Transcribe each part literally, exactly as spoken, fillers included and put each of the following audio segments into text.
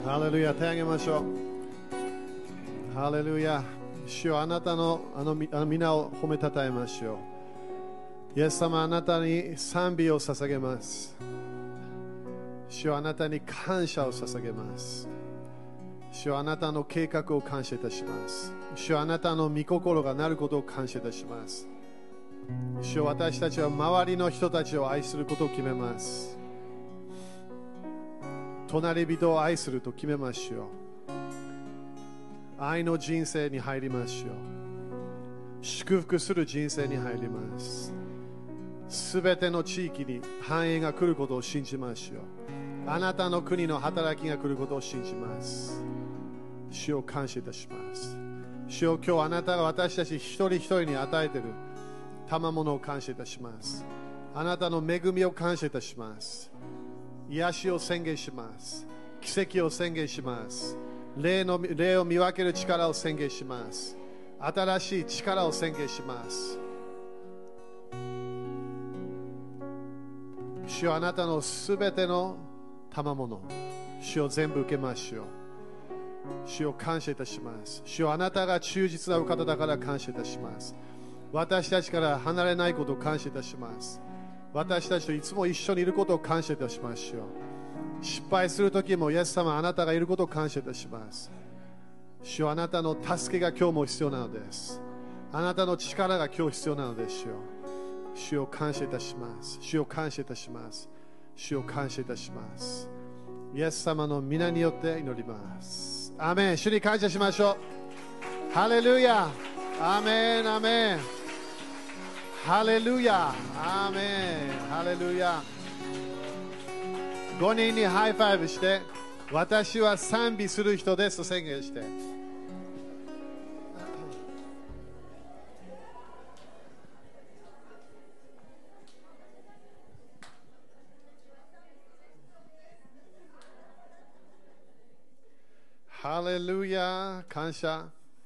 ハレルヤ、手を挙げましょう。ハレルヤ、主よ、あなたのあのあの皆を褒めたたえましょう。イエス様、あなたに賛美を捧げます。主よ、あなたに感謝を捧げます。主よ、あなたの計画を感謝いたします。主よ、あなたの御心がなることを感謝いたします。主よ、私たちは周りの人たちを愛することを決めます。隣人を愛すると決めましょう。愛の人生に入りましょう。祝福する人生に入ります。すべての地域に繁栄が来ることを信じましょう。あなたの国の働きが来ることを信じます。主を感謝いたします。主よ、今日あなたが私たち一人一人に与えている賜物を感謝いたします。あなたの恵みを感謝いたします。癒しを宣言します。奇跡を宣言します。霊の霊を見分ける力を宣言します。新しい力を宣言します。主よ、あなたのすべての賜物、主を全部受けましょう。主を感謝いたします。主よ、あなたが忠実なお方だから感謝いたします。私たちから離れないことを感謝いたします。私たちといつも一緒にいることを感謝いたしましょう。失敗するときもイエス様、あなたがいることを感謝いたします。主よ、あなたの助けが今日も必要なのです。あなたの力が今日必要なのでしょう。主を感謝いたします。主を感謝いたします。主を感謝いたします。イエス様の皆によって祈ります。アーメン。主に感謝しましょう。ハレルヤ。アーメン、アーメン。ハレルヤ。アーメン。ハレルヤ。ごにんにハイファイブして、私は賛美する人ですと宣言して。ハレルヤ。感謝。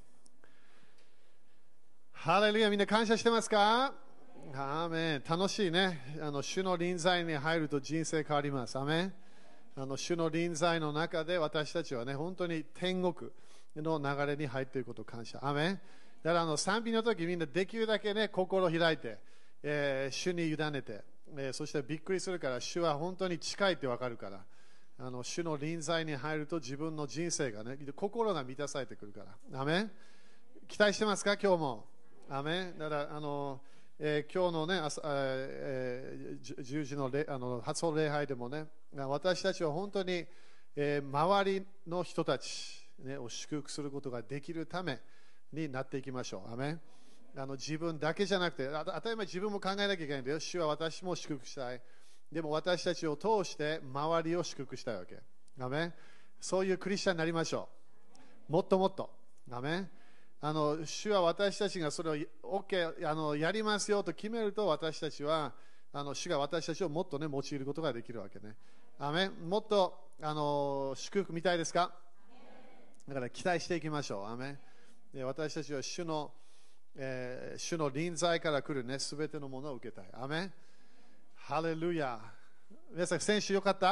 ハレルヤ。みんな感謝してますか？アーメン。楽しいね。あの主の臨在に入ると人生変わります。アーメン。あの主の臨在の中で私たちはね、本当に天国の流れに入っていることを感謝。アーメン。だからあの賛美の時みんなできるだけね、心を開いて、えー、主に委ねて、えー、そしてびっくりするから、主は本当に近いってわかるから、あの主の臨在に入ると自分の人生がね、心が満たされてくるから。アーメン。期待してますか、今日も。アーメン。だからあのえー、今日のね、朝えー、じゅうじのあの初礼拝でもね、私たちは本当に、えー、周りの人たち、ね、を祝福することができるためになっていきましょう。アーメン。あの自分だけじゃなくて、当たり前自分も考えなきゃいけないんだよ。主は私も祝福したい。でも私たちを通して周りを祝福したいわけ。アーメン。そういうクリスチャンになりましょう。もっともっと。アーメン。あの主は私たちがそれを OK あのやりますよと決めると、私たちはあの主が私たちをもっと、ね、用いることができるわけね。アメン。もっとあの祝福見たいですか？だから期待していきましょう。アメン。で、私たちは主の、えー、主の臨在から来るね、すべてのものを受けたい。アメン。ハレルヤ。皆さん、先週よかった？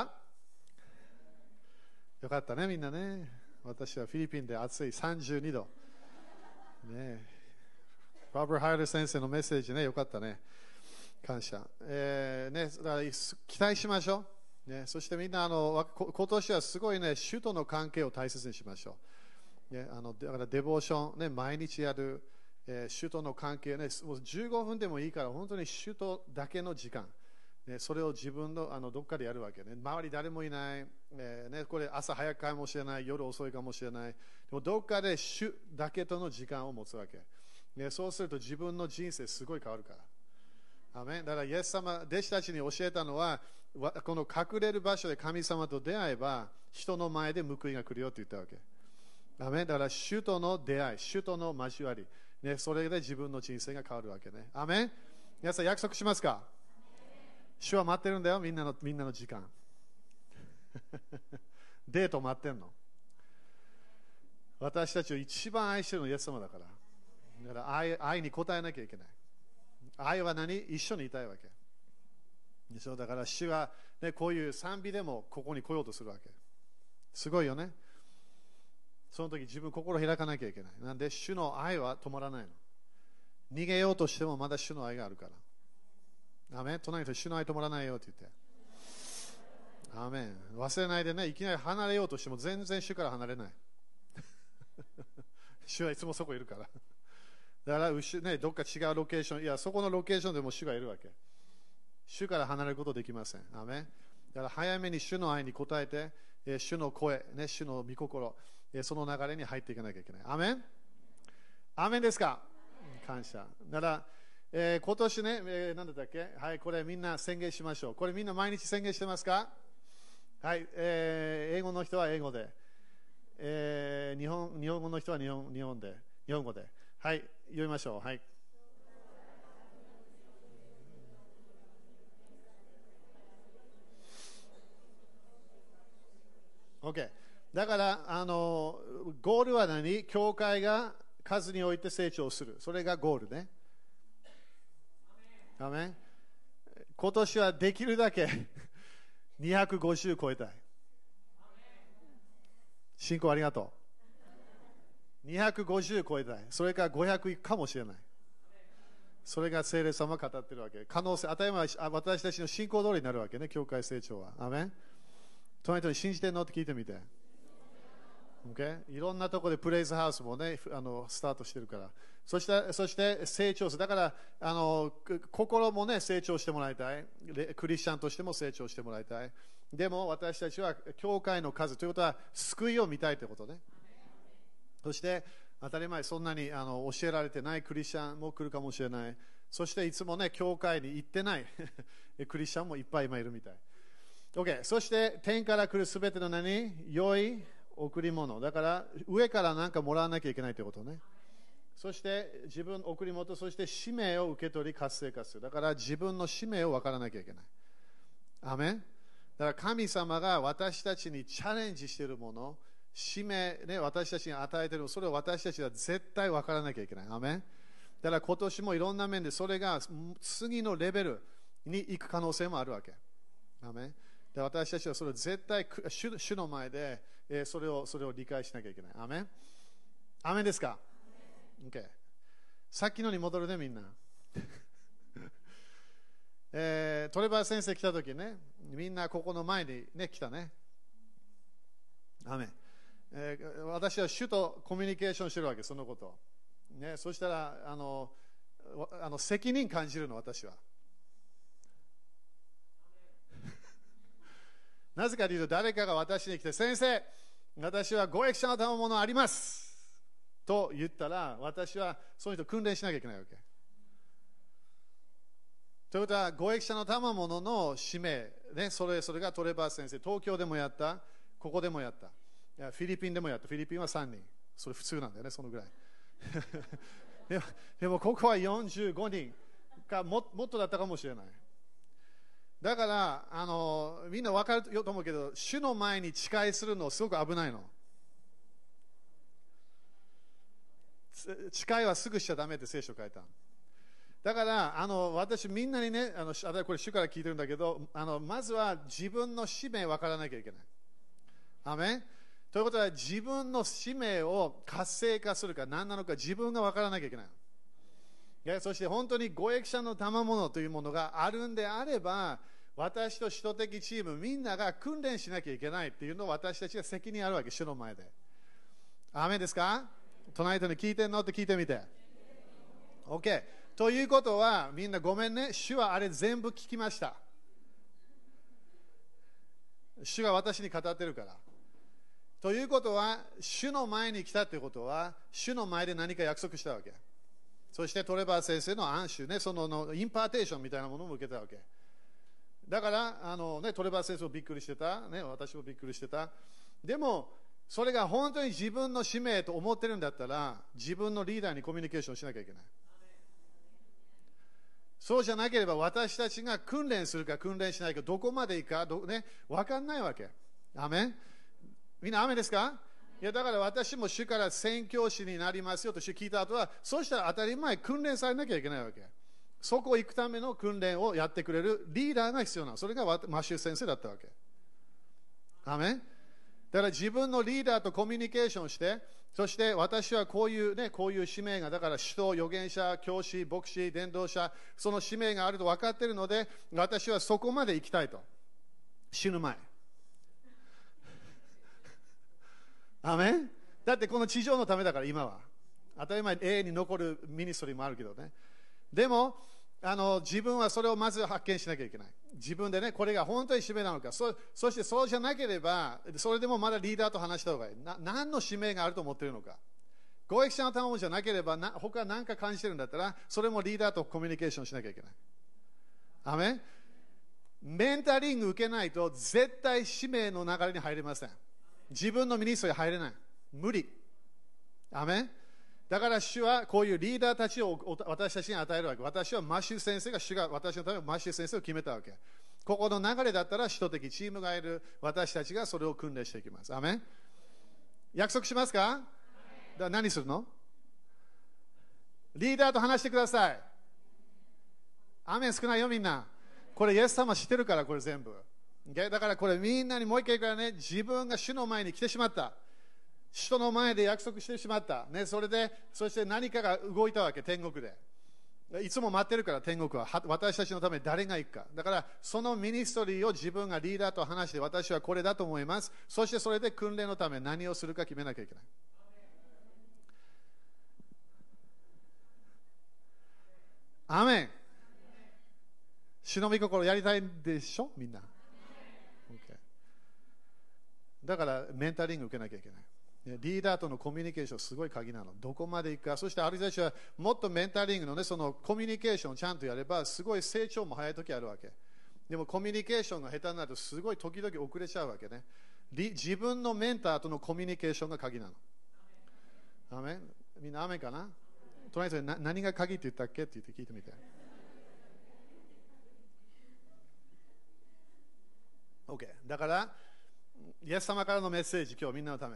よかったね、みんなね。私はフィリピンで暑いさんじゅうにど。ね、バブル・ハイル先生のメッセージね、よかったね。感謝。えーね、だから期待しましょう。ね、そしてみんなあの、今年はすごいね、主との関係を大切にしましょう。ね、あのだからデボーション、ね、毎日やる、えー、主との関係ね、もうじゅうごふんでもいいから、本当に主とだけの時間。ね、それを自分の、あのどっかでやるわけね。周り誰もいない、えーね、これ朝早くかもしれない、夜遅いかもしれない。でもどっかで主だけとの時間を持つわけ。ね、そうすると自分の人生すごい変わるから。アメン。だからイエス様、弟子たちに教えたのは、この隠れる場所で神様と出会えば、人の前で報いが来るよって言ったわけ。アメン。だから主との出会い、主との交わり、ね、それで自分の人生が変わるわけね。アメン。皆さん約束しますか？主は待ってるんだよ、みんなの、みんなの時間。デート待ってんの。私たちを一番愛してるのはイエス様だから。だから 愛, 愛に応えなきゃいけない。愛は何？一緒にいたいわけ。そうだから主は、ね、こういう賛美でもここに来ようとするわけ。 すごいよね。その時自分心開かなきゃいけない。なんで主の愛は止まらないの。逃げようとしてもまだ主の愛があるから。アメン。隣と主の愛止まらないよって言って。アメン。忘れないでね、いきなり離れようとしても全然主から離れない。主はいつもそこいるから。だから、ね、どっか違うロケーション、いや、そこのロケーションでも主がいるわけ。主から離れることできません。アメン。だから早めに主の愛に応えて、えー、主の声、ね、主の御心、えー、その流れに入っていかなきゃいけない。アメン。アメンですか。感謝。だから、えー、今年ね、えー、何だったっけ。はい、これみんな宣言しましょう。これみんな毎日宣言してますか。はい、えー、英語の人は英語で、えー、日本、日本語の人は日本、日本で、日本語で。はい、読みましょう。はい。OK。だから、あの、ゴールは何？教会が数において成長する。それがゴールね。アメン。今年はできるだけにひゃくごじゅう超えたい。信仰ありがとう。にひゃくごじゅう超えたい。それからごひゃくいくかもしれない。それが聖霊様が語っているわけ。可能性、当たり前、私たちの信仰通りになるわけね、教会成長は。アメン。隣人に信じてんのって聞いてみて。Okay? いろんなところでプレイズハウスもね、あのスタートしてるから。そして、そして成長する。だからあの、心もね、成長してもらいたい。クリスチャンとしても成長してもらいたい。でも私たちは教会の数ということは救いを見たいということね。そして当たり前、そんなにあの教えられてないクリスチャンも来るかもしれない。そしていつもね、教会に行ってないクリスチャンもいっぱい今いるみたい。OK。そして天から来るすべての何？良い贈り物。だから上から何かもらわなきゃいけないということね。そして自分贈り物、そして使命を受け取り活性化する。だから自分の使命を分からなきゃいけない。アメン。だから神様が私たちにチャレンジしているもの、使命、ね、私たちに与えている、それを私たちは絶対分からなきゃいけない。アメン。だから今年もいろんな面でそれが次のレベルに行く可能性もあるわけ。アメン。で私たちはそれを絶対 主, 主の前で、えー、それをそれを理解しなきゃいけない。アメン。アメンですか。Okay。さっきのに戻るね、みんな。えー、トレバー先生来たときね、みんなここの前に、ね、来たね。アメン。えー、私は主とコミュニケーションしてるわけ、そのこと。ね、そしたらあのあの責任感じるの、私は。なぜかというと、誰かが私に来て、先生、私はご益者の賜物ありますと言ったら、私はその人訓練しなきゃいけないわけ。ということは、ご益者の賜物の使命、ね、それ、それがトレバー先生、東京でもやった、ここでもやった、フィリピンでもやった、フィリピンはさんにん、それ普通なんだよね、そのぐらい。でも、でもここはよんじゅうごにんかも、もっとだったかもしれない。だからあのみんな分かると思うけど、主の前に誓いするのすごく危ないの。誓いはすぐしちゃダメって聖書書いた。だからあの私みんなにね、あのこれ主から聞いてるんだけど、あのまずは自分の使命分からなきゃいけない。アメン。ということは、自分の使命を活性化するか何なのか自分が分からなきゃいけない。そして本当にご益者の賜物というものがあるんであれば、私と使徒的チームみんなが訓練しなきゃいけないっていうのを私たちが責任あるわけ、主の前で。アーメンですか。隣人に聞いてんのって聞いてみて。 OK。 ということは、みんなごめんね、主はあれ全部聞きました。主が私に語ってるから。ということは、主の前に来たということは、主の前で何か約束したわけ。そしてトレバー先生の暗示ね、そののインパーテーションみたいなものも受けたわけ。だからあの、ね、トレバー先生もびっくりしてた、ね、私もびっくりしてた。でもそれが本当に自分の使命と思ってるんだったら、自分のリーダーにコミュニケーションしなきゃいけない。そうじゃなければ私たちが訓練するか訓練しないか、どこまでいいかど、ね、分かんないわけ。アメン。みんなアメンですか。いやだから私も主から宣教師になりますよと主聞いた後は、そうしたら当たり前訓練されなきゃいけないわけ。そこ行くための訓練をやってくれるリーダーが必要なの。それがマシュー先生だったわけ。アメン。 だから自分のリーダーとコミュニケーションして、そして私はこういう、ね、こういう使命が、だから使徒、預言者、教師、牧師、伝道者、その使命があると分かっているので、私はそこまで行きたいと。死ぬ前。アメン。だってこの地上のためだから、今は。当たり前、永遠に残るミニストリーもあるけどね。でも、あの自分はそれをまず発見しなきゃいけない。自分でね、これが本当に使命なのか。そ, そしてそうじゃなければ、それでもまだリーダーと話した方がいい。な何の使命があると思っているのか。公益者の卵じゃなければ、な他何か感じてるんだったら、それもリーダーとコミュニケーションしなきゃいけない。アメン。メンタリング受けないと、絶対使命の流れに入れません。自分のミニストリーに入れない。無理。アメン。だから主はこういうリーダーたちを私たちに与えるわけ。私はマシュー先生が、主が私のためにマシュー先生を決めたわけ。ここの流れだったら、使徒的チームがいる。私たちがそれを訓練していきます。アメン。約束しますか？だ何するの？リーダーと話してください。アメン。少ないよみんな。これイエス様知ってるから、これ全部。だからこれみんなにもう一回言うからね、自分が主の前に来てしまった。人の前で約束してしまった、ね、それでそして何かが動いたわけ、天国で。いつも待ってるから、天国は私たちのために誰が行くか。だからそのミニストリーを自分がリーダーと話して、私はこれだと思います。そしてそれで訓練のため何をするか決めなきゃいけない。アメン。主の御心やりたいでしょみんな。 OK。 だからメンタリング受けなきゃいけない。リーダーとのコミュニケーションすごい鍵なの。どこまで行くか。そしてある人たちはもっとメンタリングのね、そのコミュニケーションをちゃんとやれば、すごい成長も早い時あるわけ。でもコミュニケーションが下手になると、すごい時々遅れちゃうわけね。自分のメンターとのコミュニケーションが鍵なの。アメン。みんなアメンかな？隣の人に何が鍵って言ったっけって言って聞いてみて。OK。だから、イエス様からのメッセージ、今日みんなのため。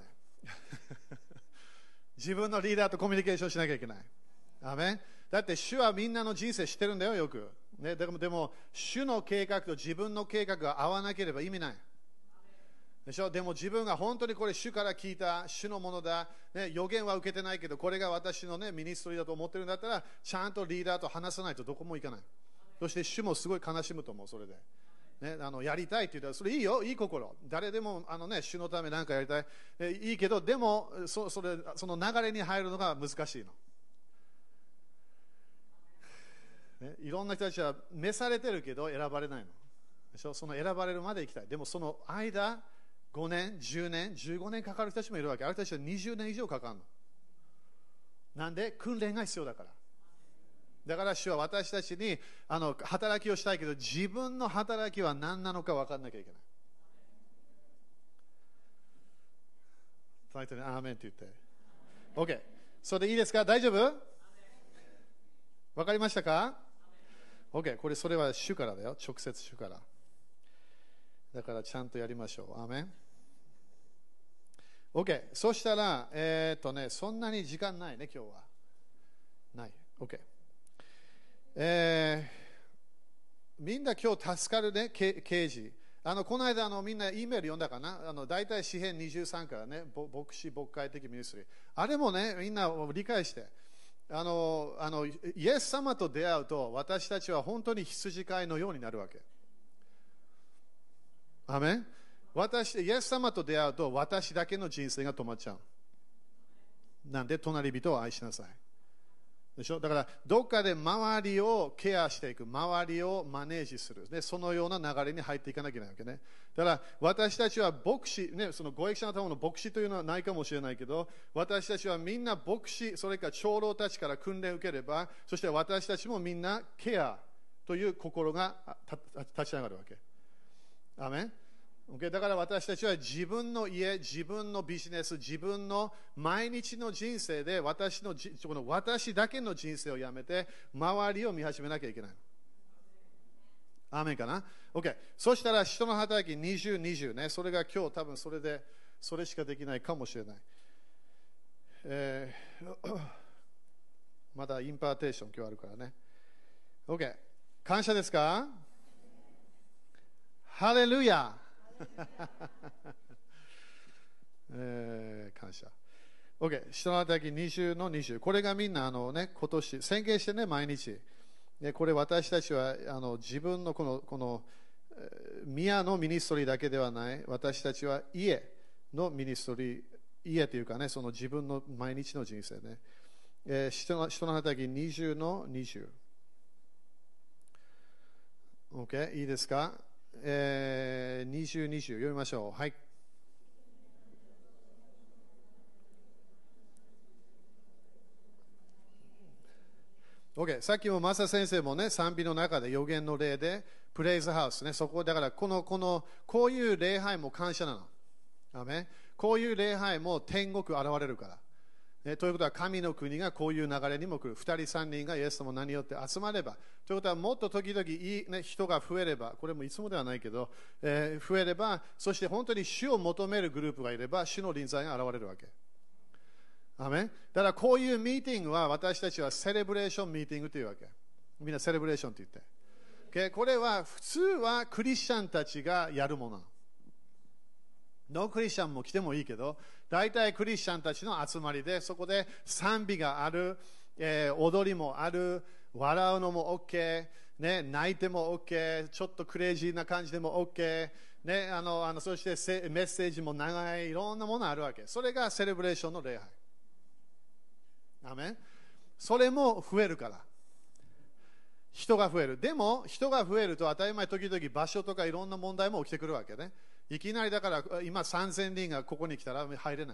自分のリーダーとコミュニケーションしなきゃいけない。アメン。だって主はみんなの人生知ってるんだよ、よく。ね、でも、でも主の計画と自分の計画が合わなければ意味ない。でしょ。でも自分が本当にこれ主から聞いた、主のものだ、ね、予言は受けてないけど、これが私の、ね、ミニストリーだと思ってるんだったら、ちゃんとリーダーと話さないとどこも行かない。そして主もすごい悲しむと思う、それで。ね、あのやりたいって言ったら、それいいよ、いい心。誰でもあの、ね、主のため何かやりたい、ね、いいけど、でも そ, そ, れその流れに入るのが難しいの、ね。いろんな人たちは召されてるけど選ばれないのでしょ。その選ばれるまで行きたい。でもその間、ごねん、じゅうねん、じゅうごねんかかる人たちもいるわけ。ある人たちはにじゅうねん以上かかるの。なんで訓練が必要だから。だから主は私たちにあの働きをしたいけど、自分の働きは何なのか分からなきゃいけない。その人にアーメンって言って。OK。それでいいですか？大丈夫？分かりましたか？ OK。これ、それは主からだよ。直接主から。だからちゃんとやりましょう。アーメン。OK。そしたら、えー、っとね、そんなに時間ないね、今日は。ない。OK。えー、みんな今日助かるね、刑事。あのこの間あのみんな E メール読んだかな。あの大体詩編にじゅうさんからね、牧師牧会的ミニストリー。あれもね、みんな理解して、あのあのイエス様と出会うと、私たちは本当に羊飼いのようになるわけ。アメン。私、イエス様と出会うと、私だけの人生が止まっちゃう。なんで、隣人を愛しなさい。でしょ。だからどっかで周りをケアしていく、周りをマネージする、でそのような流れに入っていかなきゃいけないわけね。だから私たちは牧師、ね、そのご益者のための牧師というのはないかもしれないけど、私たちはみんな牧師、それから長老たちから訓練を受ければ、そして私たちもみんなケアという心が立ち上がるわけ。アメン。Okay、だから私たちは自分の家、自分のビジネス、自分の毎日の人生で 私, のこの私だけの人生をやめて、周りを見始めなきゃいけない。アーメンかな。 OK。 そしたら人の働きにじゅう、にじゅうね、それが今日多分それでそれしかできないかもしれない。えー、まだインパーテーション今日あるからね。 OK。 感謝ですか？ハレルヤえー、感謝。OK、人の働きにじゅうのにじゅう。これがみんなあの、ね、今年宣言してね、毎日。これ私たちはあの自分のこの、この宮のミニストリーだけではない、私たちは家のミニストリー、家というかね、その自分の毎日の人生ね。えー、人の人の働きにじゅうのにじゅう。OK、いいですか、えー、にじゅう、にじゅう読みましょう。はい。Okay、さっきもマサ先生もね、賛美の中で予言の例で、プレイズハウスね、そこだからこの、この、こういう礼拝も感謝なの。アメン。こういう礼拝も天国現れるから。ね、ということは神の国がこういう流れにも来る。二人三人がイエス様何よって集まれば。ということはもっと時々いい、ね、人が増えれば、これもいつもではないけど、えー、増えれば、そして本当に主を求めるグループがいれば、主の臨在が現れるわけ。アメン。だからこういうミーティングは私たちはセレブレーションミーティングというわけ。みんなセレブレーションと言って。Okay? これは普通はクリスチャンたちがやるもの。ノークリスチャンも来てもいいけど、大体クリスチャンたちの集まりで、そこで賛美がある、えー、踊りもある、笑うのも OK、ね、泣いても OK、ちょっとクレイジーな感じでも OK、ね、あのあのそしてメッセージも長い、いろんなものあるわけ。それがセレブレーションの礼拝。アメン。それも増えるから。人が増える。でも、人が増えると当たり前、時々場所とかいろんな問題も起きてくるわけね。いきなりだから、今さんぜんにんがここに来たら入れない。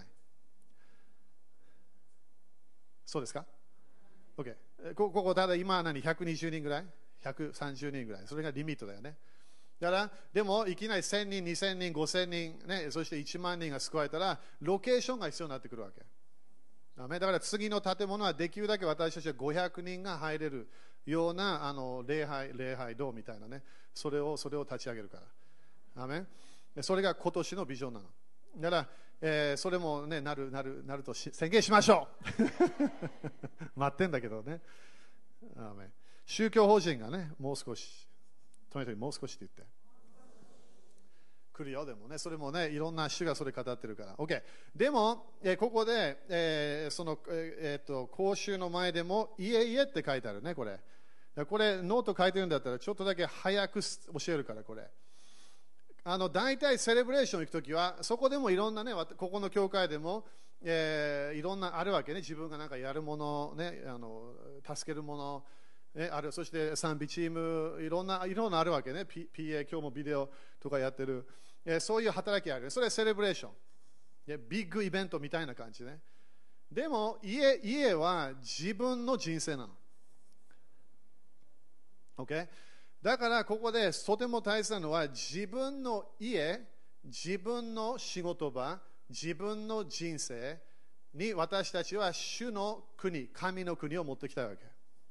そうですか ?OK。ここ、こただ今何ひゃくにじゅうにんぐらい ?ひゃくさんじゅうにんぐらい。それがリミットだよね。だから、でも、いきなりせんにん、にせんにん、ごせんにん、ね、そしていちまんにんが救われたら、ロケーションが必要になってくるわけ。だから次の建物はできるだけ私たちはごひゃくにんが入れるようなあの礼拝、礼拝堂みたいなね、それを、それを立ち上げるから。アメン。それが今年のビジョンなの。だから、えー、それもね、なる、なる、なると宣言しましょう待ってんだけどね。アメン。宗教法人がね、もう少し、とにかくもう少しって言って。来るよ、でもね、それもね、いろんな主がそれ語ってるから。OK。でも、えー、ここで、えー、その、えー、っと、講習の前でも、いえいえって書いてあるね、これ。これ、ノート書いてるんだったら、ちょっとだけ早く教えるから、これ。あの、大体セレブレーション行くときは、そこでもいろんなね、ここの教会でも、えー、いろんなあるわけね。自分がなんかやるもの、ね、あの、助けるもの、ね、ある。そして賛美チーム、いろんな、いろんなあるわけね。P、ピーエー、今日もビデオとかやってる。えー、そういう働きある。それはセレブレーション。ビッグイベントみたいな感じね。でも、家、家は自分の人生なの。OK？ だから、ここでとても大切なのは、自分の家、自分の仕事場、自分の人生に私たちは主の国、神の国を持ってきたいわけ。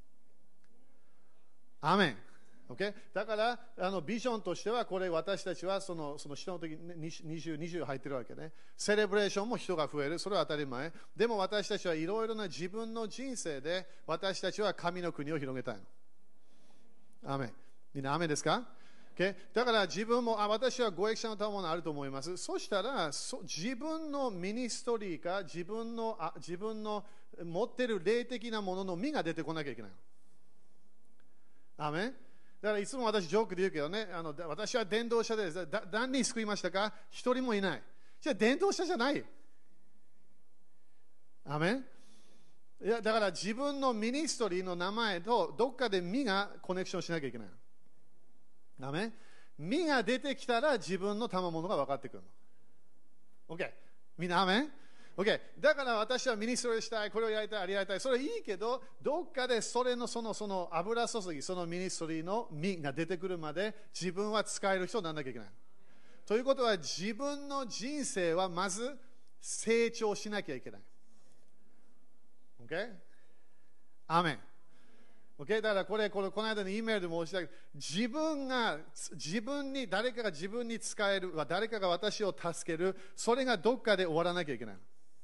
アメン。Okay? だからあのビジョンとしてはこれ私たちはそのその人の時ににじゅう、にじゅう入ってるわけね。セレブレーションも人が増える。それは当たり前。でも私たちはいろいろな自分の人生で私たちは神の国を広げたいの。アメン。みんなアメンですか、okay? だから自分もあ私はご益者の賜物あると思います。そしたらそ自分のミニストリーか自分のあ自分の持っている霊的なものの実が出てこなきゃいけないの。アメン。だからいつも私ジョークで言うけどね、あの私は伝道者です。だ何人救いましたか？一人もいない。じゃあ伝道者じゃない。アメン。いやだから自分のミニストリーの名前とどっかで実がコネクションしなきゃいけない。アメン。実が出てきたら自分の賜物が分かってくるの。OK。みんなアメン。Okay、だから私はミニストリーしたい、これをやりたい、あれやりたい、それいいけど、どっかでそれのそのその油注ぎ、そのミニストリーの実が出てくるまで自分は使える人にならなきゃいけない。ということは自分の人生はまず成長しなきゃいけない。OK？ アメン。OK？ だからこれ、これこの間の E メールでも申し上げた自分が、自分に、誰かが自分に使える、誰かが私を助ける、それがどっかで終わらなきゃいけない。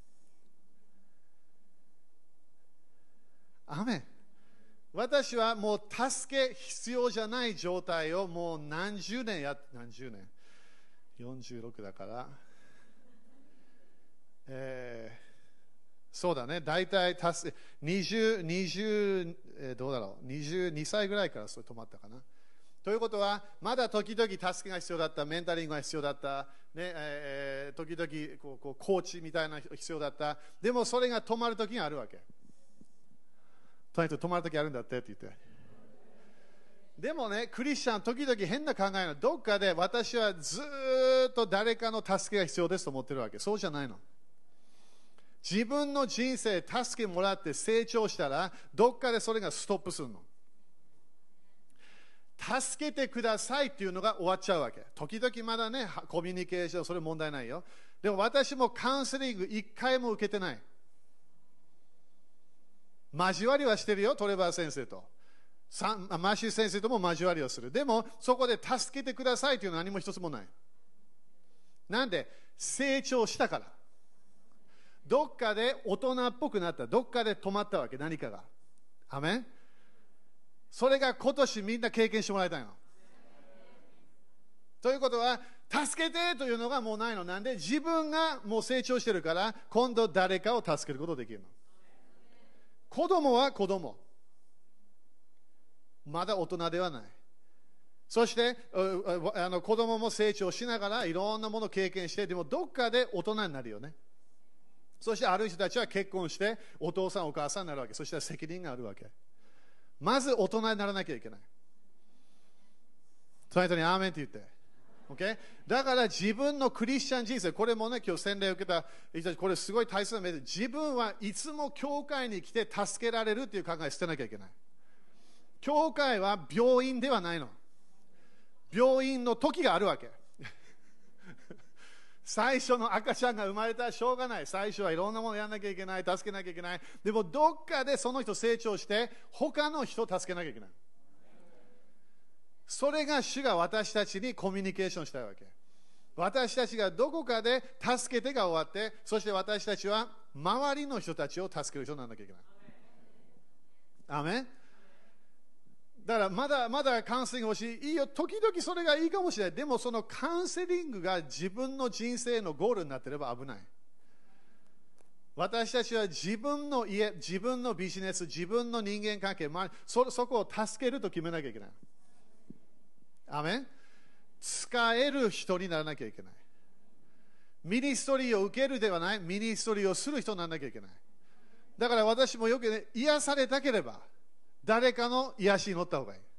アメン。私はもう助け必要じゃない状態をもう何十年やっ何十年よんじゅうろくだからえーそうだね、大体にじゅう、にじゅう、えー、どうだろう、にじゅうにさいぐらいからそれ止まったかな。ということは、まだ時々助けが必要だった、メンタリングが必要だった、ねえー、時々こうこうコーチみたいな必要だった、でもそれが止まる時があるわけ。とにかく止まる時あるんだってって言って。でもね、クリスチャン、時々変な考えの、どっかで私はずっと誰かの助けが必要ですと思ってるわけ。そうじゃないの。自分の人生、助けもらって成長したら、どっかでそれがストップするの。助けてくださいっていうのが終わっちゃうわけ。時々まだね、コミュニケーション、それ問題ないよ。でも私もカウンセリング一回も受けてない。交わりはしてるよ、トレバー先生と。マシュー先生とも交わりをする。でも、そこで助けてくださいというのは何も一つもない。なんで、成長したから。どっかで大人っぽくなった。どっかで止まったわけ、何かが。アメン？それが今年みんな経験してもらいたいの。ということは、助けてというのがもうないの。なんで、自分がもう成長してるから、今度誰かを助けることができるの。子供は子供。まだ大人ではない。そして、あの子供も成長しながらいろんなものを経験して、でもどっかで大人になるよね。そしてある人たちは結婚して、お父さんお母さんになるわけ。そして責任があるわけ。まず大人にならなきゃいけない。その人にアーメンって言って。Okay? だから自分のクリスチャン人生、これもね、今日洗礼を受けた人たち、これすごい大切な目で、自分はいつも教会に来て助けられるっていう考えを捨てなきゃいけない。教会は病院ではないの。病院の時があるわけ。最初の赤ちゃんが生まれたらしょうがない。最初はいろんなものやらなきゃいけない。助けなきゃいけない。でもどっかでその人成長して、他の人を助けなきゃいけない。それが主が私たちにコミュニケーションしたいわけ。私たちがどこかで助けてが終わって、そして私たちは周りの人たちを助ける人にならなきゃいけない。アメン。だからまだまだカウンセリング欲しい。いいよ、時々それがいいかもしれない。でもそのカウンセリングが自分の人生のゴールになっていれば危ない。私たちは自分の家、自分のビジネス、自分の人間関係、そ, そこを助けると決めなきゃいけない。アメン。使える人にならなきゃいけない。ミニストリーを受けるではない、ミニストリーをする人にならなきゃいけない。だから私もよく、ね、癒されたければ、誰かの癒しに乗った方がいい。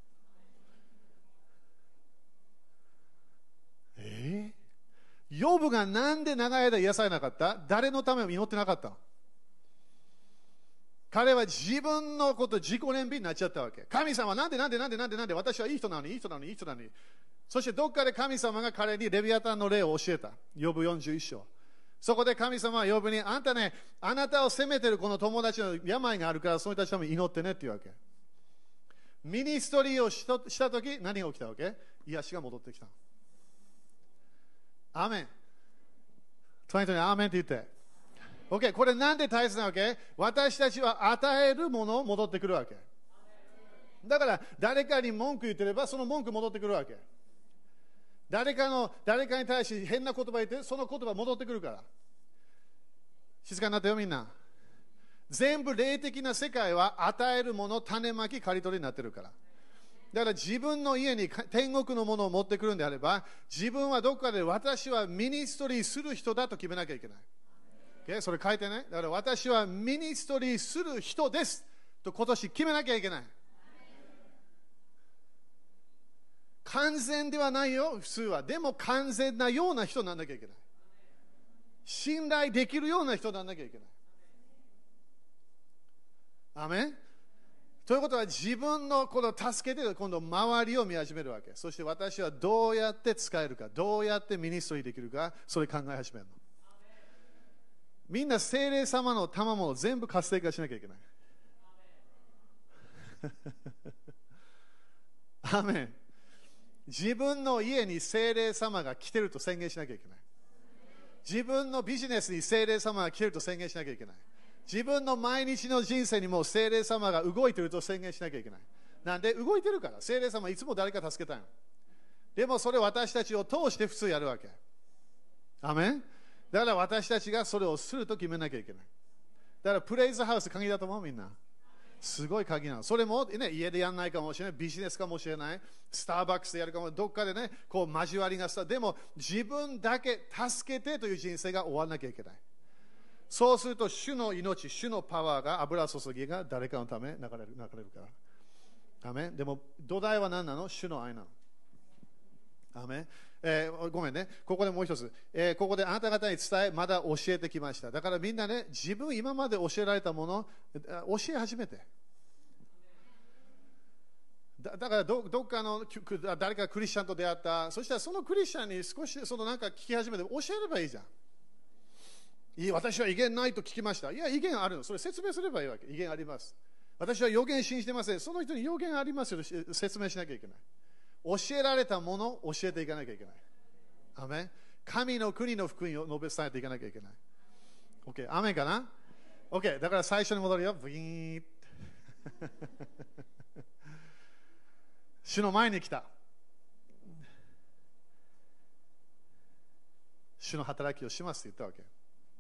えー、ヨブがなんで長い間癒されなかった？誰のためも祈ってなかった。彼は自分のこと自己憐憫になっちゃったわけ。神様はなんでなんでなんでなんでなんで私はいい人なのにいい人なのにいい人なのに。そしてどっかで神様が彼にレビアタンの例を教えた。ヨブよんじゅういっ章。そこで神様はヨブに、あんたね、あなたを責めてるこの友達の病があるからその人たちのために祈ってねっていうわけ。ミニストリーをしたとき何が起きたわけ？癒しが戻ってきた。アーメン。トニトニアーメンって言って。OK、これなんで大切なわけ？私たちは与えるものを戻ってくるわけ。だから誰かに文句言ってればその文句戻ってくるわけ。誰かの誰かに対して変な言葉言ってその言葉戻ってくるから。静かになってよみんな。全部霊的な世界は与えるもの、種まき、刈り取りになってるから。だから自分の家に天国のものを持ってくるんであれば、自分はどこかで私はミニストリーする人だと決めなきゃいけない。Okay? それ書いてね。だから私はミニストリーする人ですと今年決めなきゃいけない。完全ではないよ、普通は。でも完全なような人にならなきゃいけない。信頼できるような人にならなきゃいけない。アメン。ということは自分のこの助けて今度周りを見始めるわけ。そして私はどうやって使えるか、どうやってミニストリーできるか、それ考え始めるの。みんな聖霊様の賜物を全部活性化しなきゃいけない。アメン。自分の家に聖霊様が来てると宣言しなきゃいけない。自分のビジネスに聖霊様が来てると宣言しなきゃいけない。自分の毎日の人生にも聖霊様が動いていると宣言しなきゃいけない。なんで動いてるから。聖霊様いつも誰か助けたいの。でもそれ私たちを通して普通やるわけ。アメン。 だから私たちがそれをすると決めなきゃいけない。だからプレイズハウス鍵だと思うみんな。すごい鍵なの。それも、ね、家でやらないかもしれない、ビジネスかもしれない、スターバックスでやるかもしれない、どっかでね、こう交わりがした。でも自分だけ助けてという人生が終わらなきゃいけない。そうすると主の命、主のパワーが、油注ぎが誰かのため流れる、流れるから。アメン。でも土台は何なの？主の愛なの。アメン。えー、ごめんね、ここでもう一つ、えー、ここであなた方に伝え、まだ教えてきました。だからみんなね、自分今まで教えられたもの、教え始めて。だ, だからどどっかの誰かクリスチャンと出会った、そしたらそのクリスチャンに少しそのなんか聞き始めて、教えればいいじゃん。いい、私は威厳ないと聞きました。いや、威厳あるの。それ説明すればいいわけ。威厳あります。私は予言信じてません。その人に予言ありますよと説明しなきゃいけない。教えられたものを教えていかなきゃいけない。アメン。神の国の福音を述べ伝えていかなきゃいけない。OK。アメンかな？ OK。だから最初に戻るよ。ブイーン。主の前に来た。主の働きをしますって言ったわけ。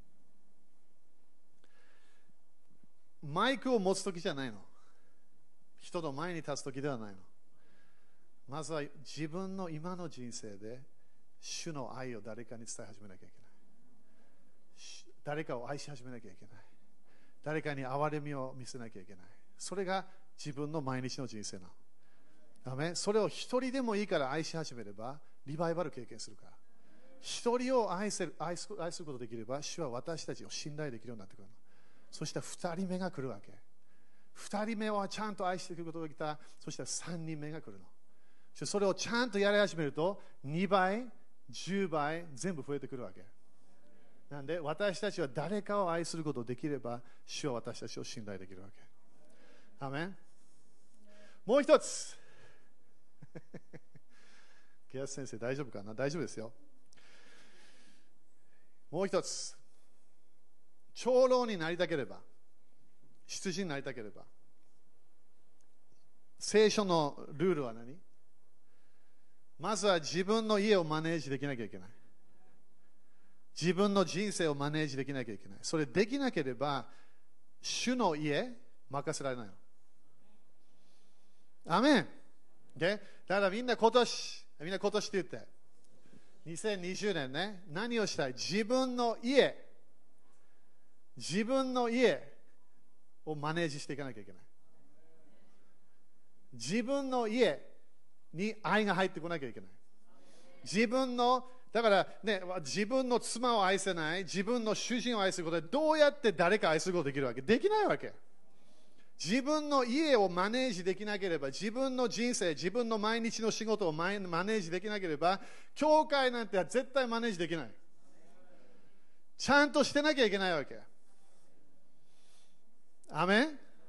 マイクを持つときじゃないの。人の前に立つときではないの。まずは自分の今の人生で主の愛を誰かに伝え始めなきゃいけない。誰かを愛し始めなきゃいけない。誰かに憐れみを見せなきゃいけない。それが自分の毎日の人生なの。アメン。それを一人でもいいから愛し始めればリバイバル経験するから。一人を愛せる、愛す、愛することができれば主は私たちを信頼できるようになってくるの。そしたら二人目が来るわけ。二人目はちゃんと愛していくことができた。そしたら三人目が来るの。それをちゃんとやり始めるとにばい、じゅうばい全部増えてくるわけ。なんで私たちは誰かを愛することができれば主は私たちを信頼できるわけ。アメン。もう一つ。ゲアス先生大丈夫かな？大丈夫ですよ。もう一つ。長老になりたければ、執事になりたければ、聖書のルールは何？まずは自分の家をマネージできなきゃいけない。自分の人生をマネージできなきゃいけない。それできなければ、主の家任せられないの。アメン。で、だからみんな今年、みんな今年って言って、にせんにじゅうねんね、何をしたい？自分の家、自分の家をマネージしていかなきゃいけない。自分の家に愛が入ってこなきゃいけない。自分の、だからね、自分の妻を愛せない、自分の主人を愛することで、どうやって誰か愛することができるわけ？できないわけ。自分の家をマネージできなければ、自分の人生、自分の毎日の仕事をマネージできなければ、教会なんて絶対マネージできない。ちゃんとしてなきゃいけないわけ。アメン。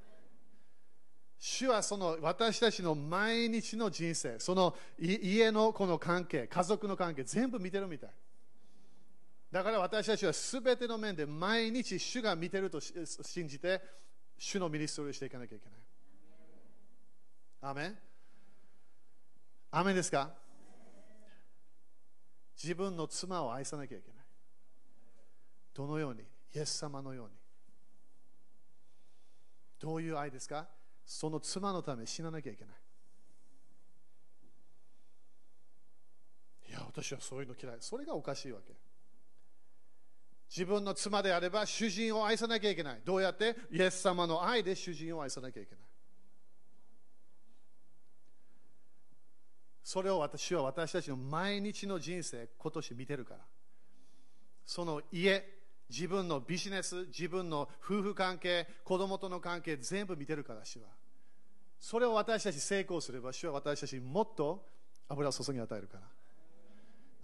主はその私たちの毎日の人生、その家のこの関係、家族の関係、全部見てるみたい。だから私たちはすべての面で毎日主が見てると信じて、主のミニストリーをしていかなきゃいけない。アメン。アメンですか？自分の妻を愛さなきゃいけない。どのように？イエス様のように。どういう愛ですか？その妻のため死ななきゃいけない。いや、私はそういうの嫌い。それがおかしいわけ。自分の妻であれば主人を愛さなきゃいけない。どうやって？イエス様の愛で主人を愛さなきゃいけない。それを私は私たちの毎日の人生、今年見てるから。その家、自分のビジネス、自分の夫婦関係、子供との関係、全部見てるから、主は。それを私たち成功すれば、主は私たちにもっと油を注ぎ与えるから。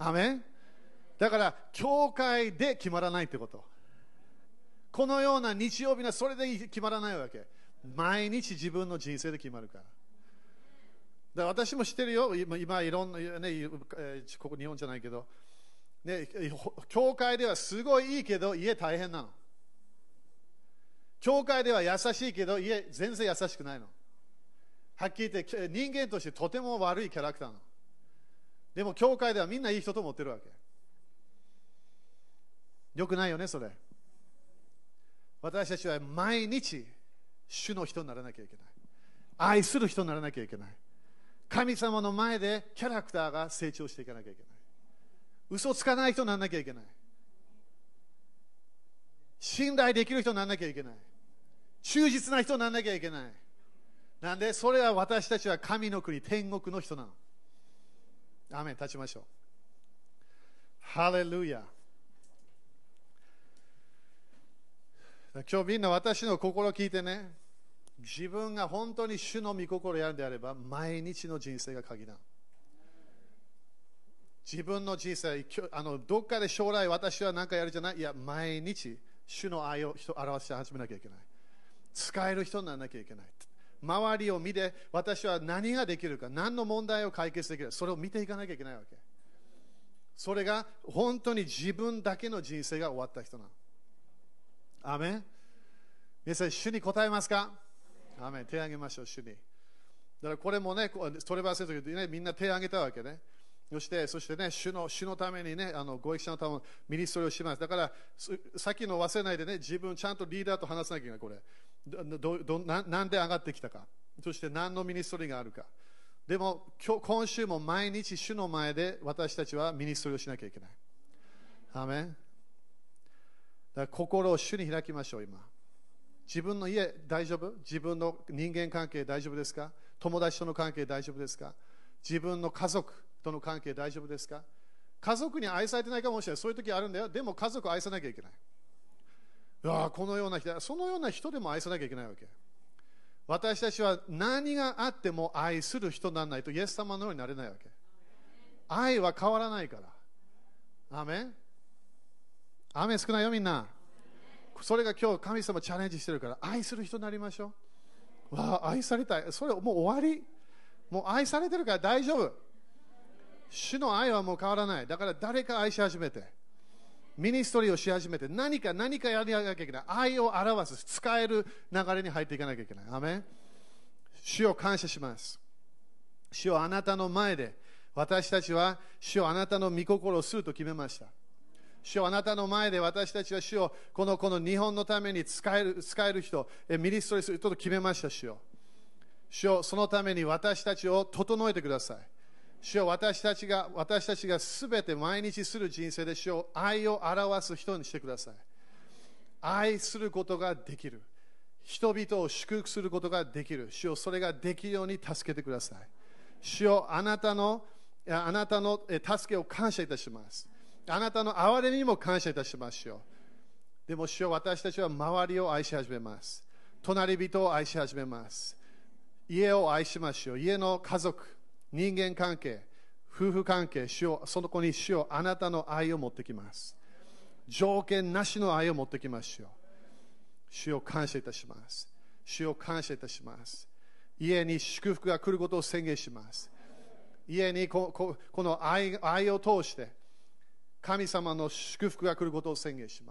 アメン。だから、教会で決まらないってこと。このような日曜日はそれで決まらないわけ。毎日自分の人生で決まるから。だから私も知ってるよ。今、今いろんな、ね、ここ日本じゃないけど、ね、教会ではすごいいいけど、家大変なの。教会では優しいけど、家全然優しくないの。はっきり言って、人間としてとても悪いキャラクターなの。でも、教会ではみんないい人と思ってるわけ。 よくないよね、それ。私たちは毎日、主の人にならなきゃいけない。愛する人にならなきゃいけない。神様の前でキャラクターが成長していかなきゃいけない。嘘つかない人にならなきゃいけない。信頼できる人にならなきゃいけない。忠実な人にならなきゃいけない。なんで、それは私たちは神の国、天国の人なの。アーメン。立ちましょう。ハレルヤ。今日みんな私の心を聞いてね、自分が本当に主の御心をやるのであれば、毎日の人生が鍵だ。自分の人生、あのどっかで将来私は何かやるじゃない。いや、毎日、主の愛を表して始めなきゃいけない。使える人にならなきゃいけない。周りを見て、私は何ができるか、何の問題を解決できるか、それを見ていかなきゃいけないわけ。それが本当に自分だけの人生が終わった人なの。アーメン。皆さん、主に答えますか？アーメン。手を挙げましょう、主に。だからこれもね、トレバー先生とね、みんな手を挙げたわけね。そして、そしてね、主の、主のためにね、あの、ご益者のためにミニストリーをします。だから、さっきの忘れないでね、自分ちゃんとリーダーと話さなきゃいけない、これ。どどななんで上がってきたか。そして何のミニストリーがあるか。でも、今日今週も毎日主の前で私たちはミニストリーをしなきゃいけない。アーメン。だから心を主に開きましょう、今。自分の家大丈夫？自分の人間関係大丈夫ですか？友達との関係大丈夫ですか？自分の家族との関係大丈夫ですか？家族に愛されてないかもしれない。そういう時あるんだよ。でも家族を愛さなきゃいけない。いやこのような人、そのような人でも愛さなきゃいけないわけ。私たちは何があっても愛する人にならないとイエス様のようになれないわけ。愛は変わらないから。アーメン。アーメン。少ないよみんな。それが今日神様チャレンジしてるから、愛する人になりましょう。わあ、愛されたい。それもう終わり。もう愛されてるから大丈夫。主の愛はもう変わらない。だから誰か愛し始めて、ミニストリーをし始めて、何か何かやりなきゃいけない。愛を表す、使える流れに入っていかなきゃいけない。アメン。主を感謝します。主をあなたの前で、私たちは主をあなたの御心をすると決めました。主をあなたの前で私たちは主をこの、この日本のために使える、使える人、ミニストリーすると決めました。主を。主をそのために私たちを整えてください。主を私たちが、私たちがすべて毎日する人生で主を愛を表す人にしてください。愛することができる。人々を祝福することができる。主をそれができるように助けてください。主をあなたの、あなたの助けを感謝いたします。あなたの憐れみにも感謝いたしますよ。でも主よ、私たちは周りを愛し始めます。隣人を愛し始めます。家を愛しましょう。家の家族、人間関係、夫婦関係、主よ、その子に主よ、あなたの愛を持ってきます。条件なしの愛を持ってきましょう。主を感謝いたします。主を感謝いたします。家に祝福が来ることを宣言します。家に こ, こ, この 愛, 愛を通して神様の祝福が来ることを宣言します。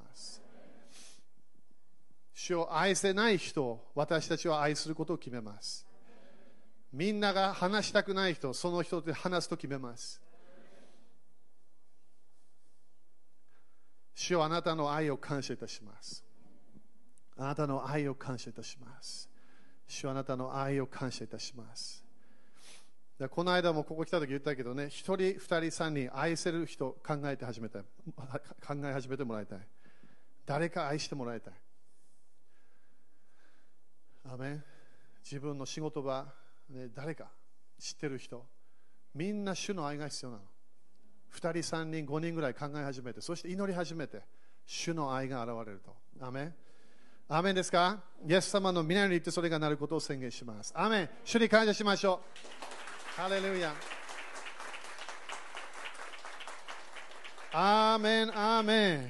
主を愛せない人を私たちは愛することを決めます。みんなが話したくない人、その人と話すと決めます。主よ、あなたの愛を感謝いたします。あなたの愛を感謝いたします。主よ、あなたの愛を感謝いたします。この間もここ来た時言ったけどね、一人、二人、三人愛せる人考えて始めたい。考え始めてもらいたい。誰か愛してもらいたい。アーメン。自分の仕事場、ね、誰か知ってる人、みんな主の愛が必要なの。二人、三人、五人ぐらい考え始めて、そして祈り始めて、主の愛が現れると。アーメン。アーメンですか？イエス様の皆に言ってそれがなることを宣言します。アーメン。主に感謝しましょう。ハレルヤ。アーメン、アーメン。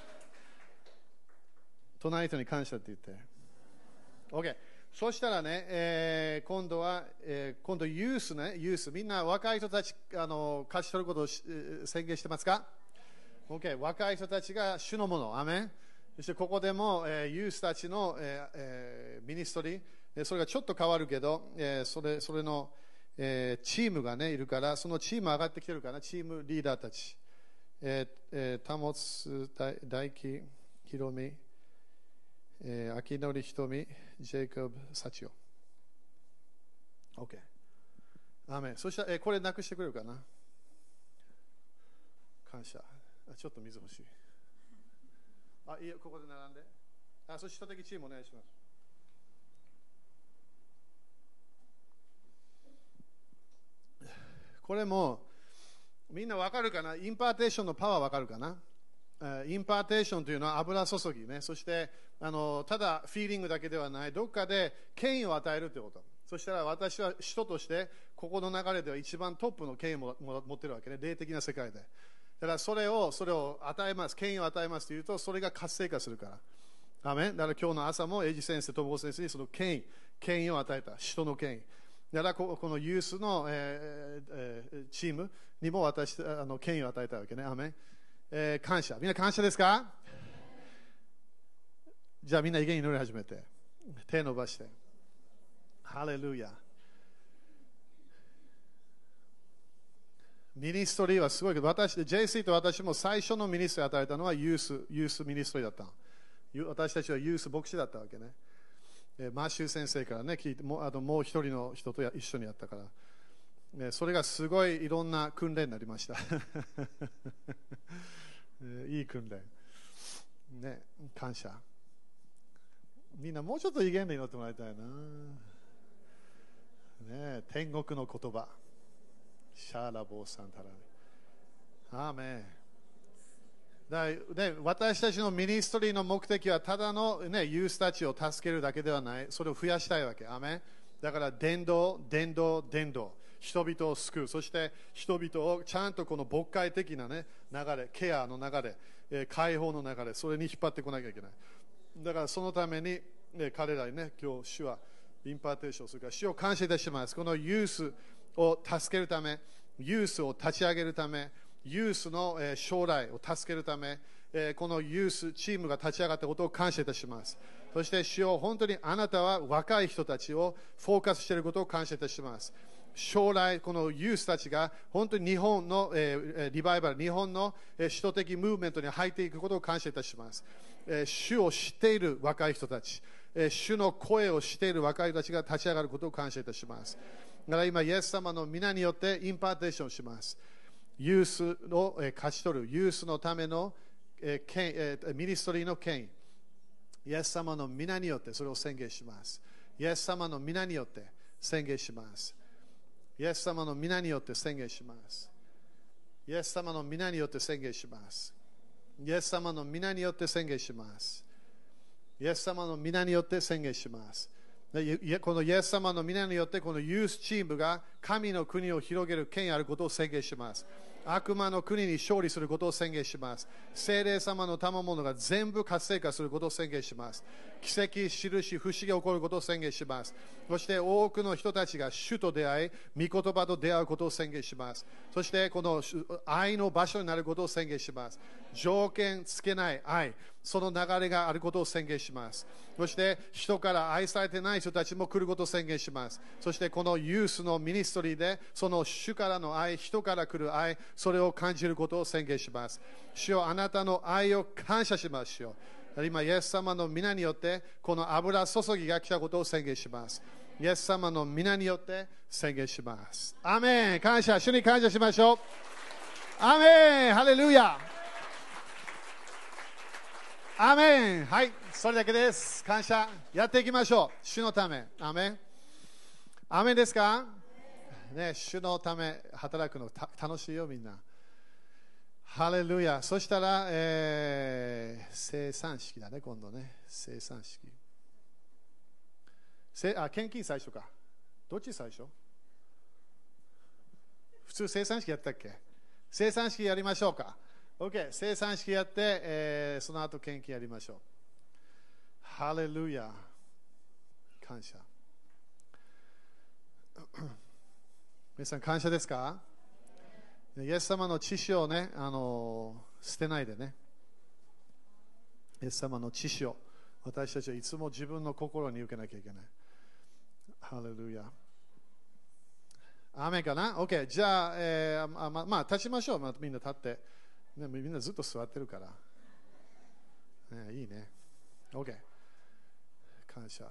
隣人に感謝って言って。OK。そしたらね、えー、今度は、えー、今度ユースね、ユース。みんな若い人たち、あの、勝ち取ることを宣言してますか？ OK。若い人たちが主のもの。アーメン。そしてここでも、えー、ユースたちの、えーえー、ミニストリー、それがちょっと変わるけど、えー、それ、それの、えー、チームがね、いるから、そのチーム上がってきてるから、チームリーダーたち。 えーえー、保つ大輝、ひろみ、えー、秋典ひとみ、ジェイコブ、サチオ。OK。アーメン。そしたら、えー、これなくしてくれるかな。感謝。あ、ちょっと水欲しい。あ、いいよ、ここで並んで。あ、そして人的チームお願いします。これもみんなわかるかな。インパーテーションのパワーわかるかな。インパーテーションというのは油注ぎね。そしてあのただフィーリングだけではない、どっかで権威を与えるということ。そしたら私は人としてここの流れでは一番トップの権威を持っているわけね、霊的な世界で。だからそれをそれを与えます、権威を与えますというと、それが活性化するから。アメン。だから今日の朝もエイジ先生、トモ先生にその権威、権威を与えた、人の権威。だからこのユースの、えーえー、チームにも私あの権威を与えたわけね。アメン。えー、感謝。みんな感謝ですか？じゃあみんな意見に祈り始めて、手伸ばして。ハレルヤ。ミニストリーはすごいけど、私、ジェイシー と私も最初のミニストリーを与えたのはユース、ユースミニストリーだった。私たちはユース牧師だったわけね。マーシュー先生からね、聞いて、もうあともう一人の人と一緒にやったから、それがすごいいろんな訓練になりました。いい訓練。ね、感謝。みんなもうちょっと威厳で祈ってもらいたいな。ね、天国の言葉。シャーラボーサンタラアーメン。だね、私たちのミニストリーの目的はただの、ね、ユースたちを助けるだけではない。それを増やしたいわけ。アーメン。だから伝道、伝道、伝道。人々を救う。そして人々をちゃんとこの牧会的な、ね、流れ、ケアの流れ、えー、解放の流れ、それに引っ張ってこなきゃいけない。だからそのために、ね、彼らにね、今日主はインパーテーションするから、主を感謝いたします。このユースを助けるため、ユースを立ち上げるため、ユースの将来を助けるため、このユースチームが立ち上がったことを感謝いたします。そして主よ、本当にあなたは若い人たちをフォーカスしていることを感謝いたします。将来、このユースたちが本当に日本のリバイバル、日本の首都的ムーブメントに入っていくことを感謝いたします。主を知っている若い人たち、主の声を知っている若い人たちが立ち上がることを感謝いたします。だから今、イエス様の皆によってインパーテーションします。ユースを勝ち取る、ユースのためのミニストリーの権威、イエス様の皆によってそれを宣言します。イエス様の皆によって宣言します。イエス様の皆によって宣言します。イエス様の皆によって宣言します。イエス様の皆によって宣言します。イエス様の皆によって宣言します。このイエス様の皆によってこのユースチームが神の国を広げる権威あることを宣言します。悪魔の国に勝利することを宣言します。聖霊様の賜物が全部活性化することを宣言します。奇跡、印、不思議が起こることを宣言します。そして多くの人たちが主と出会い、御言葉と出会うことを宣言します。そしてこの愛の場所になることを宣言します。条件つけない愛、その流れがあることを宣言します。そして人から愛されてない人たちも来ることを宣言します。そしてこのユースのミニストリーでその主からの愛、人から来る愛、それを感じることを宣言します。主よ、あなたの愛を感謝しますよ。今、イエス様の皆によってこの油注ぎが来たことを宣言します。イエス様の皆によって宣言します。アーメン。感謝、主に感謝しましょう。アーメン。ハレルヤ。アーメン。はい、それだけです。感謝。やっていきましょう。主のため。アーメン。アーメンですか？ね、主のため働くのた楽しいよ、みんな。ハレルヤ。そしたら、えー、生産式だね、今度ね。生産式。せあ、献金最初か。どっち最初？普通生産式やったっけ？生産式やりましょうか。OK、生産式やって、えー、その後献金やりましょう。ハレルヤ。感謝。皆さん感謝ですか？イエス様の知識をね、あの捨てないでね。イエス様の知識を私たちはいつも自分の心に受けなきゃいけない。ハレルヤ。アーメンかな？ OK、じゃあ、えー、まままあ、立ちましょう。まあ、みんな立って。 ね、みんなずっと座ってるから。ね、いいね。OK。感謝。だ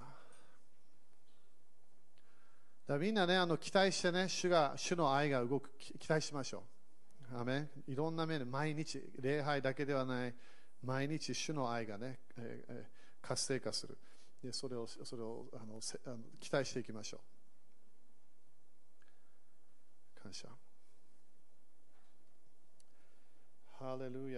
からみんなね、あの期待してね、主が、主の愛が動く、期待しましょう。アーメン。いろんな面で毎日、礼拝だけではない、毎日主の愛がね、えーえー、活性化する。でそれを、それをあのせあの期待していきましょう。感謝。ハレルヤ。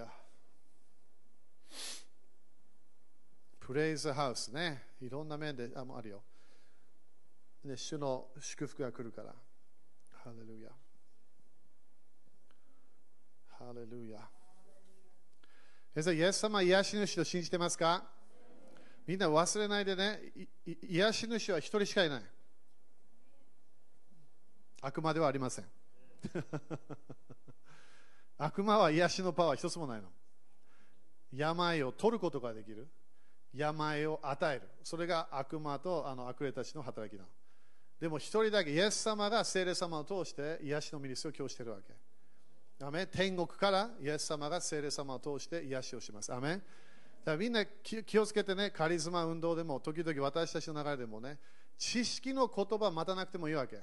プレイズハウスね。いろんな面で あ, あるよ。で、主の祝福が来るから。ハレルヤ。ハレルヤ。イエス様は癒し主と信じてますか？みんな忘れないでね、癒し主は一人しかいない。悪魔ではありません。悪魔は癒しのパワー一つもないの。病を取ることができる。病を与える。それが悪魔とあの悪霊たちの働きだ。でも一人だけイエス様が聖霊様を通して癒しのミニストリーを今日しているわけ。アメン。天国からイエス様が聖霊様を通して癒しをします。アメン。だからみんな気をつけてね、カリスマ運動でも時々私たちの流れでもね、知識の言葉待たなくてもいいわけ。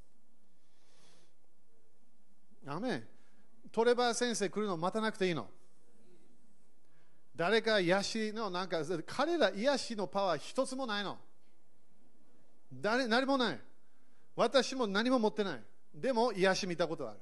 アメン。トレバー先生来るの待たなくていいの。誰か癒しのなんか彼ら癒しのパワー一つもないの。誰何もない。私も何も持ってない。でも癒し見たことある。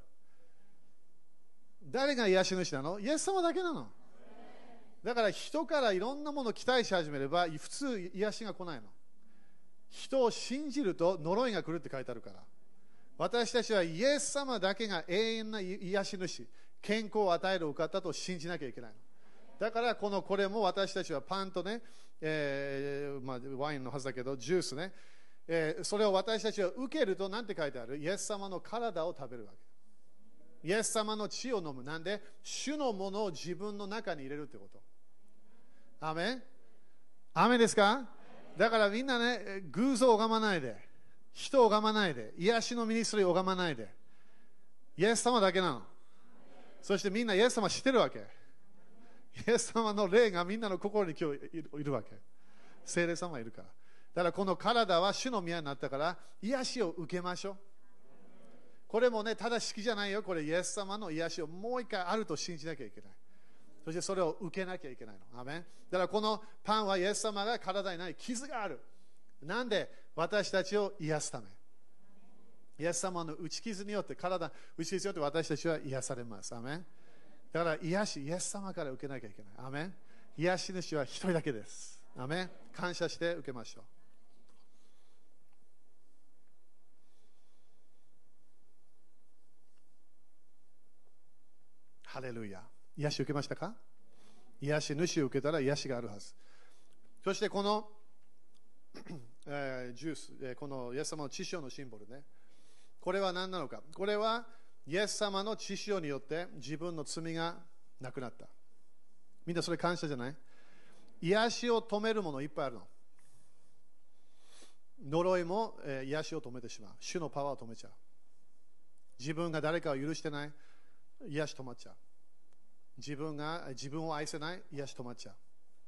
誰が癒し主なの？イエス様だけなの。だから人からいろんなものを期待し始めれば普通癒しが来ないの。人を信じると呪いが来るって書いてあるから。私たちはイエス様だけが永遠な癒し主、健康を与えるお方と信じなきゃいけないの。だからこのこれも私たちはパンとね、えーまあ、ワインのはずだけどジュースね、えー、それを私たちは受けると何て書いてある？イエス様の体を食べるわけ。イエス様の血を飲む。なんで主のものを自分の中に入れるってこと。アメン。アメンですか？だからみんなね、偶像を拝まないで、人を拝まないで、癒しのミニストリーを拝まないで、イエス様だけなの。そしてみんなイエス様知ってるわけ。イエス様の霊がみんなの心に今日いるわけ。聖霊様がいるから。だからこの体は主の宮になったから癒しを受けましょう。これもね、ただ式じゃないよ。これイエス様の癒しをもう一回あると信じなきゃいけない。そしてそれを受けなきゃいけないの。アメン。だからこのパンはイエス様が体にない傷がある。なんで私たちを癒すため。イエス様の打ち傷によって、体、打ち傷によって私たちは癒されます。アメン。だから癒し、イエス様から受けなきゃいけない。アメン。癒し主は一人だけです。アメン。感謝して受けましょう。ハレルヤ。癒し受けましたか？癒し主を受けたら癒しがあるはず。そしてこの、えー、ジュース、えー、このイエス様の血潮のシンボルね。これは何なのか。これはイエス様の血潮によって自分の罪がなくなった。みんなそれ感謝じゃない？癒しを止めるものいっぱいあるの。呪いも、えー、癒しを止めてしまう。主のパワーを止めちゃう。自分が誰かを許してない、癒し止まっちゃう。自分が自分を愛せない、癒し止まっちゃう。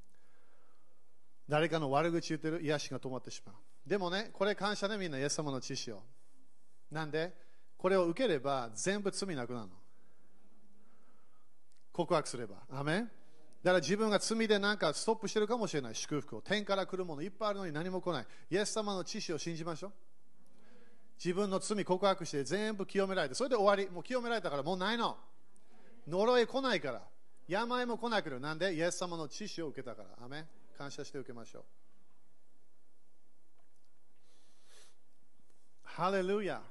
誰かの悪口言ってる、癒しが止まってしまう。でもね、これ感謝ね、みんなイエス様の血潮。なんでこれを受ければ全部罪なくなるの。告白すれば。アメン。だから自分が罪でなんかストップしてるかもしれない。祝福を。天から来るものいっぱいあるのに何も来ない。イエス様の血潮を信じましょう。自分の罪告白して全部清められて、それで終わり。もう清められたからもうないの。呪い来ないから。病も来なくなる。なんでイエス様の血潮を受けたから。アメン。感謝して受けましょう。ハレルヤ。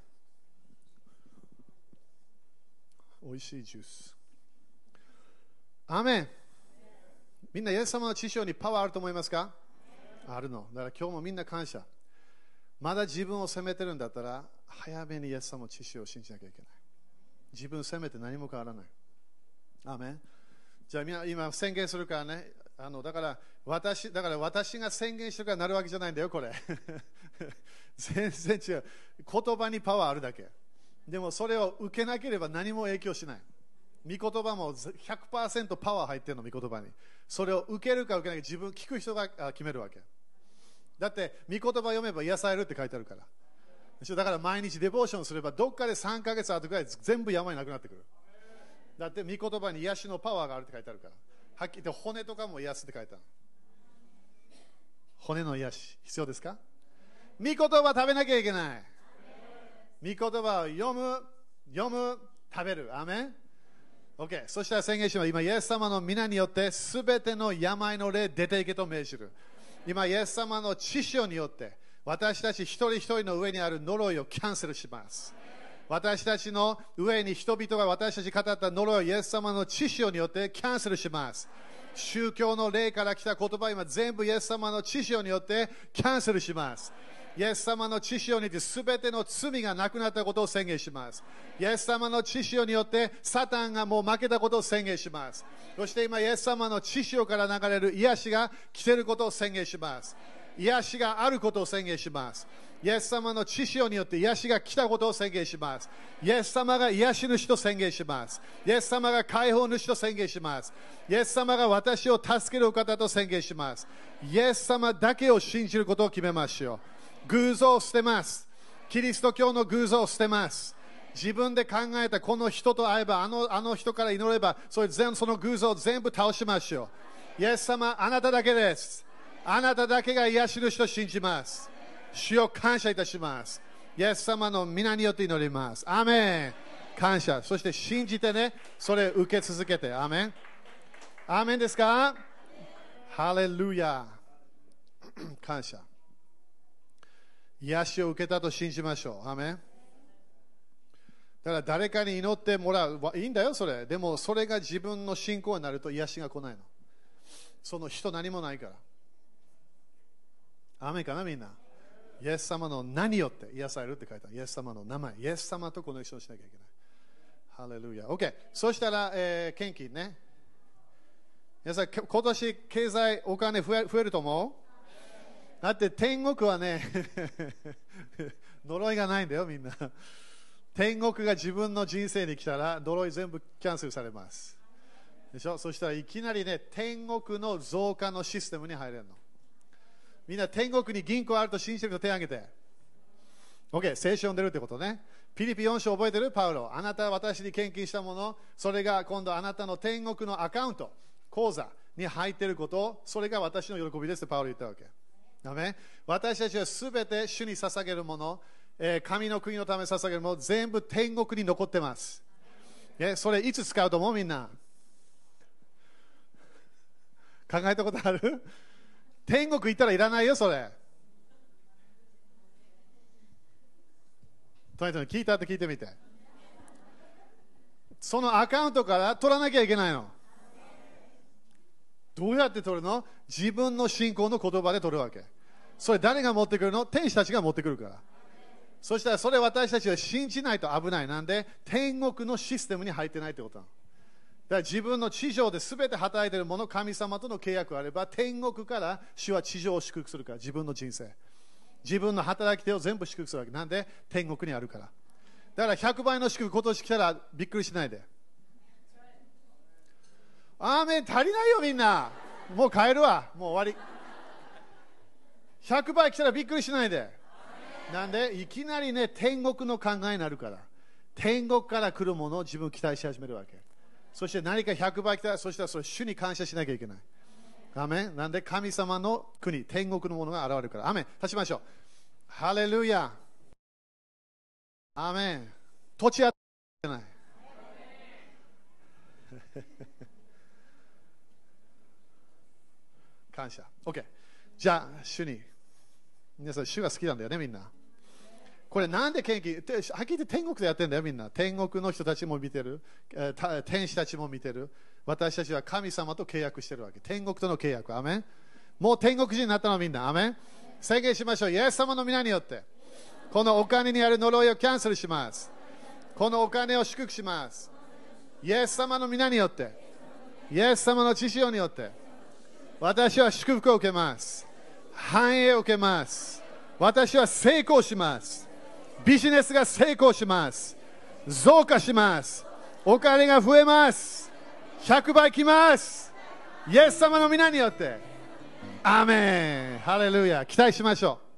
おいしいジュース。アメン。みんなイエス様の血潮にパワーあると思いますか？あるの。だから今日もみんな感謝。まだ自分を責めてるんだったら早めにイエス様の血潮を信じなきゃいけない。自分を責めて何も変わらない。アメン。じゃあみんな今宣言するからね。あのだから私だから私が宣言してるからなるわけじゃないんだよこれ。全然違う。言葉にパワーあるだけ。でもそれを受けなければ何も影響しない。 御言葉も ひゃくパーセント パワー入ってるの、御言葉に。それを受けるか受けないか自分、聞く人が決めるわけ。だって、御言葉読めば癒されるって書いてあるから。だから毎日デボーションすれば、どっかでさんかげつ後くらい全部山になくなってくる。だって、御言葉に癒しのパワーがあるって書いてあるから。はっきり言って骨とかも癒すって書いてある。骨の癒し、必要ですか？御言葉食べなきゃいけない。御言葉を読む、読む、食べる。アメン。OK。そしたら宣言します。今、イエス様の皆によって、すべての病の霊出ていけと命じる。今、イエス様の知性によって、私たち一人一人の上にある呪いをキャンセルします。私たちの上に人々が私たち語った呪いをイエス様の知性によってキャンセルします。宗教の霊から来た言葉、今全部イエス様の知性によってキャンセルします。イエス様の知性によって全ての罪がなくなったことを宣言します。イエス様の知性によってサタンがもう負けたことを宣言します。そして今イエス様の知性から流れる癒しが来ていることを宣言します。癒しがあることを宣言します。イエス様の知性によって癒しが来たことを宣言します。イエス様が癒し主と宣言します。イエス様が解放主と宣言します。イエス様が私を助けるお方と宣言します。イエス様だけを信じることを決めましょう。偶像を捨てます。キリスト教の偶像を捨てます。自分で考えたこの人と会えば、あの、あの人から祈れば、それ全その偶像を全部倒しましょう。イエス様、あなただけです。あなただけが癒し主と信じます。主を感謝いたします。イエス様の皆によって祈ります。アメン。感謝。そして信じてね、それを受け続けて。アメン。アメンですか？ハレルヤ。感謝。癒しを受けたと信じましょう。アメン。だから誰かに祈ってもらう。いいんだよ、それ。でもそれが自分の信仰になると癒しが来ないの。その人何もないから。アメンかな、みんな。イエス様の名によって癒されるって書いてある。イエス様の名前。イエス様とコネクションしなきゃいけない。ハレルヤ。OK。そしたら、えー、献金ね。皆さん、今年経済お金増え、増えると思う？だって天国はね、呪いがないんだよ、みんな。天国が自分の人生に来たら、呪い全部キャンセルされます。でしょ？そしたらいきなりね、天国の増加のシステムに入れるの。みんな天国に銀行あると信じてる人手を挙げて。OK、聖書読んでるってことね。ピリピよん章覚えてる？パウロ。あなたは私に献金したもの、それが今度あなたの天国のアカウント、口座に入っていること、それが私の喜びですってパウロ言ったわけ。アメン。私たちはすべて主に捧げるもの、えー、神の国のために捧げるもの、全部天国に残ってます。えそれいつ使うと思う？みんな。考えたことある？天国行ったらいらないよ、それ。とにかく聞いたって聞いてみて。そのアカウントから取らなきゃいけないの。どうやって取るの？自分の信仰の言葉で取るわけ。それ誰が持ってくるの？天使たちが持ってくるから。そしたらそれ私たちは信じないと危ない。なんで天国のシステムに入ってないってことなの。だから自分の地上で全て働いているもの、神様との契約があれば、天国から主は地上を祝福するから、自分の人生。自分の働き手を全部祝福するわけ。なんで天国にあるから。だからひゃくばいの祝福今年来たらびっくりしないで。アーメン。足りないよみんな。もう帰るわ。もう終わり。ひゃくばい来たらびっくりしないで。なんでいきなりね、天国の考えになるから。天国から来るものを自分期待し始めるわけ。そして何かひゃくばい来たら、そしたらそれ主に感謝しなきゃいけない。アメン。なんで神様の国、天国のものが現れるから。アメン。立ちましょう。ハレルヤ。アメン。土地あってない。感謝。OK。じゃあ、主に。皆さん、主が好きなんだよね、みんな。これなんで献金、はっきり言って天国でやってるんだよ、みんな。天国の人たちも見てる。えー、天使たちも見てる。私たちは神様と契約してるわけ。天国との契約。アメン。もう天国人になったのみんな。アメン。宣言しましょう。イエス様の皆によって。このお金にある呪いをキャンセルします。このお金を祝福します。イエス様の皆によって。イエス様の知識によって。私は祝福を受けます。繁栄を受けます。私は成功します。ビジネスが成功します。増加します。 お金が増えます。ひゃくばいきます。イエス様の皆によって。アーメン。ハレルヤ。期待しましょう。